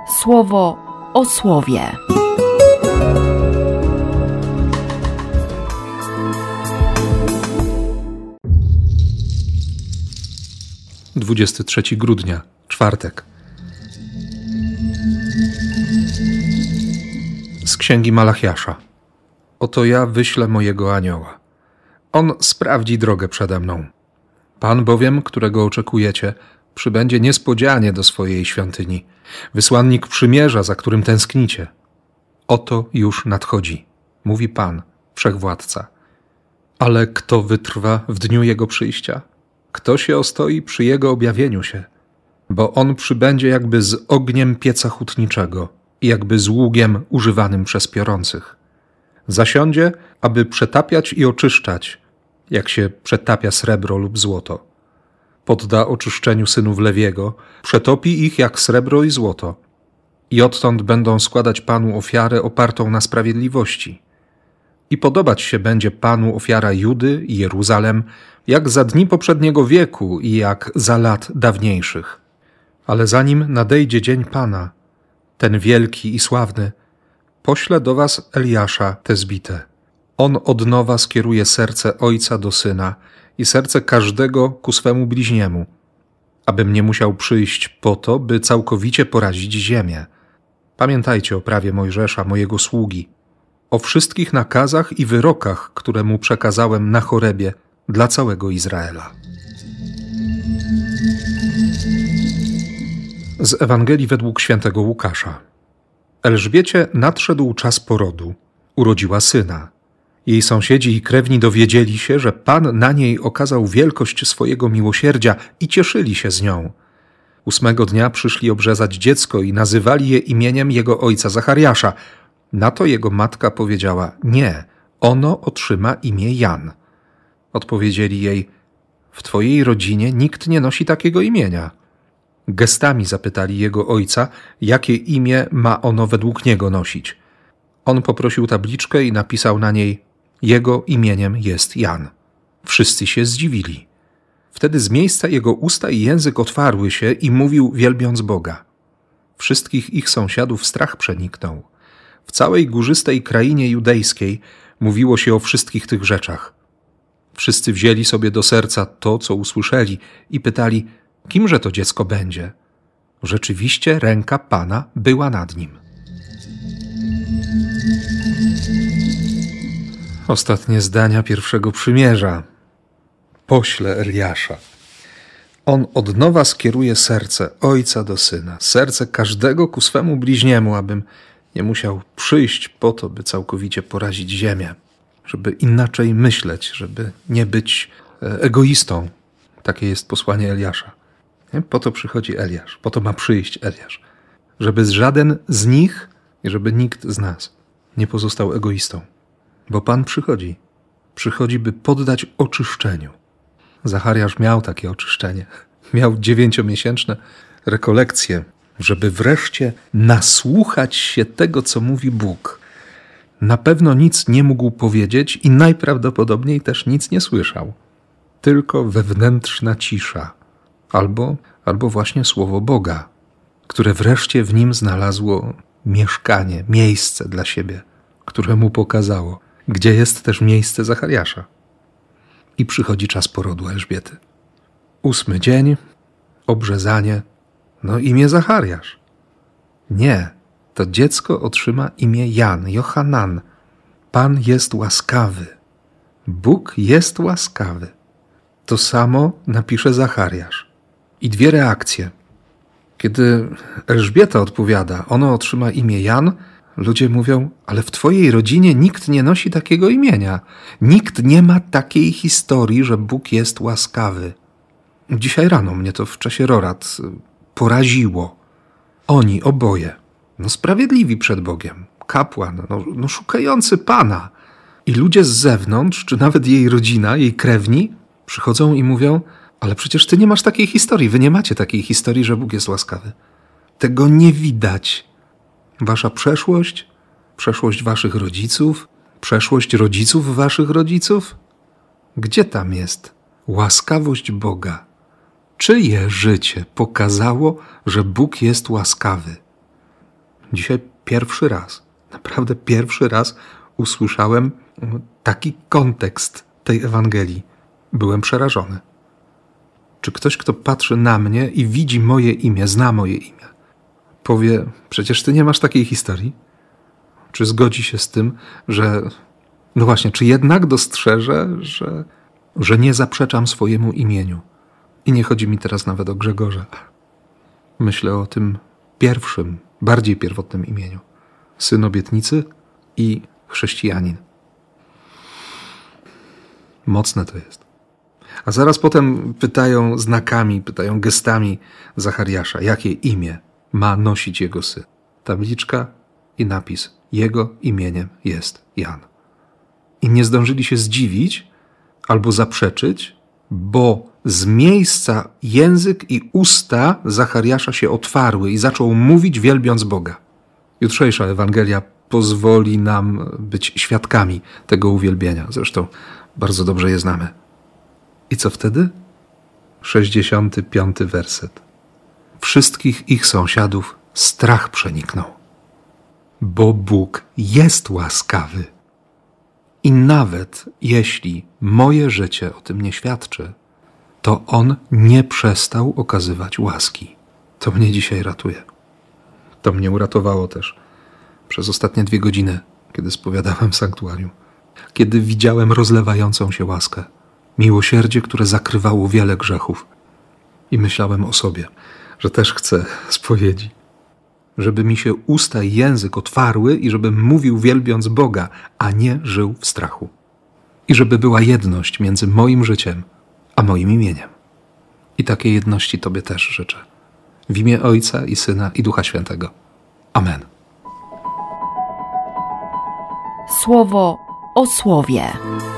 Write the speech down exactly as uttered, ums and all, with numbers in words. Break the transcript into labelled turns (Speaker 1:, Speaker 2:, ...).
Speaker 1: Słowo o słowie.
Speaker 2: dwudziestego trzeciego grudnia, czwartek. Z księgi Malachiasza. Oto ja wyślę mojego anioła. On sprawdzi drogę przede mną. Pan bowiem, którego oczekujecie, przybędzie niespodzianie do swojej świątyni. Wysłannik przymierza, za którym tęsknicie. Oto już nadchodzi, mówi Pan, Wszechwładca. Ale kto wytrwa w dniu Jego przyjścia? Kto się ostoi przy Jego objawieniu się? Bo On przybędzie jakby z ogniem pieca hutniczego i jakby z ługiem używanym przez piorących. Zasiądzie, aby przetapiać i oczyszczać, jak się przetapia srebro lub złoto. Podda oczyszczeniu synów Lewiego, przetopi ich jak srebro i złoto. I odtąd będą składać Panu ofiarę opartą na sprawiedliwości. I podobać się będzie Panu ofiara Judy i Jeruzalem, jak za dni poprzedniego wieku i jak za lat dawniejszych. Ale zanim nadejdzie dzień Pana, ten wielki i sławny, poślę do was Eliasza Tezbitę. On od nowa skieruje serce ojca do syna i serce każdego ku swemu bliźniemu, abym nie musiał przyjść po to, by całkowicie porazić ziemię. Pamiętajcie o prawie Mojżesza, mojego sługi, o wszystkich nakazach i wyrokach, które mu przekazałem na Chorebie dla całego Izraela. Z Ewangelii według świętego Łukasza. Elżbiecie nadszedł czas porodu, urodziła syna. Jej sąsiedzi i krewni dowiedzieli się, że Pan na niej okazał wielkość swojego miłosierdzia i cieszyli się z nią. Ósmego dnia przyszli obrzezać dziecko i nazywali je imieniem jego ojca Zachariasza. Na to jego matka powiedziała: nie, ono otrzyma imię Jan. Odpowiedzieli jej: w twojej rodzinie nikt nie nosi takiego imienia. Gestami zapytali jego ojca, jakie imię ma ono według niego nosić. On poprosił tabliczkę i napisał na niej: jego imieniem jest Jan. Wszyscy się zdziwili. Wtedy z miejsca jego usta i język otwarły się i mówił, wielbiąc Boga. Wszystkich ich sąsiadów strach przeniknął. W całej górzystej krainie judejskiej mówiło się o wszystkich tych rzeczach. Wszyscy wzięli sobie do serca to, co usłyszeli i pytali, kimże to dziecko będzie. Rzeczywiście ręka Pana była nad nim. Ostatnie zdania pierwszego przymierza. Poślę Eliasza. On od nowa skieruje serce ojca do syna, serce każdego ku swemu bliźniemu, abym nie musiał przyjść po to, by całkowicie porazić ziemię, żeby inaczej myśleć, żeby nie być egoistą. Takie jest posłanie Eliasza. Po to przychodzi Eliasz, po to ma przyjść Eliasz, żeby żaden z nich i żeby nikt z nas nie pozostał egoistą. Bo Pan przychodzi, przychodzi, by poddać oczyszczeniu. Zachariasz miał takie oczyszczenie, miał dziewięciomiesięczne rekolekcje, żeby wreszcie nasłuchać się tego, co mówi Bóg. Na pewno nic nie mógł powiedzieć i najprawdopodobniej też nic nie słyszał. Tylko wewnętrzna cisza. Albo, albo właśnie słowo Boga, które wreszcie w nim znalazło mieszkanie, miejsce dla siebie, które mu pokazało, gdzie jest też miejsce Zachariasza. I przychodzi czas porodu Elżbiety. Ósmy dzień, obrzezanie, no imię Zachariasz. Nie, to dziecko otrzyma imię Jan, Johanan. Pan jest łaskawy. Bóg jest łaskawy. To samo napisze Zachariasz. I dwie reakcje. Kiedy Elżbieta odpowiada, ono otrzyma imię Jan, ludzie mówią, ale w twojej rodzinie nikt nie nosi takiego imienia. Nikt nie ma takiej historii, że Bóg jest łaskawy. Dzisiaj rano mnie to w czasie rorat poraziło. Oni oboje, no sprawiedliwi przed Bogiem, kapłan, no, no szukający Pana. I ludzie z zewnątrz, czy nawet jej rodzina, jej krewni, przychodzą i mówią, ale przecież ty nie masz takiej historii, wy nie macie takiej historii, że Bóg jest łaskawy. Tego nie widać. Wasza przeszłość, przeszłość waszych rodziców, przeszłość rodziców waszych rodziców? Gdzie tam jest łaskawość Boga? Czyje życie pokazało, że Bóg jest łaskawy? Dzisiaj pierwszy raz, naprawdę pierwszy raz usłyszałem taki kontekst tej Ewangelii. Byłem przerażony. Czy ktoś, kto patrzy na mnie i widzi moje imię, zna moje imię, powie, przecież ty nie masz takiej historii? Czy zgodzi się z tym, że, no właśnie, czy jednak dostrzeże, że, że nie zaprzeczam swojemu imieniu? I nie chodzi mi teraz nawet o Grzegorza. Myślę o tym pierwszym, bardziej pierwotnym imieniu. Syn obietnicy i chrześcijanin. Mocne to jest. A zaraz potem pytają znakami, pytają gestami Zachariasza, jakie imię ma nosić jego syn. Tabliczka i napis: jego imieniem jest Jan. I nie zdążyli się zdziwić albo zaprzeczyć, bo z miejsca język i usta Zachariasza się otwarły i zaczął mówić, wielbiąc Boga. Jutrzejsza Ewangelia pozwoli nam być świadkami tego uwielbienia. Zresztą bardzo dobrze je znamy. I co wtedy? sześćdziesiąty piąty werset. Wszystkich ich sąsiadów strach przeniknął, bo Bóg jest łaskawy. I nawet jeśli moje życie o tym nie świadczy, to On nie przestał okazywać łaski. To mnie dzisiaj ratuje. To mnie uratowało też przez ostatnie dwie godziny, kiedy spowiadałem w sanktuarium. Kiedy widziałem rozlewającą się łaskę, miłosierdzie, które zakrywało wiele grzechów. I myślałem o sobie, że też chcę spowiedzi. Żeby mi się usta i język otwarły i żebym mówił wielbiąc Boga, a nie żył w strachu. I żeby była jedność między moim życiem a moim imieniem. I takiej jedności Tobie też życzę. W imię Ojca i Syna i Ducha Świętego. Amen.
Speaker 1: Słowo o słowie.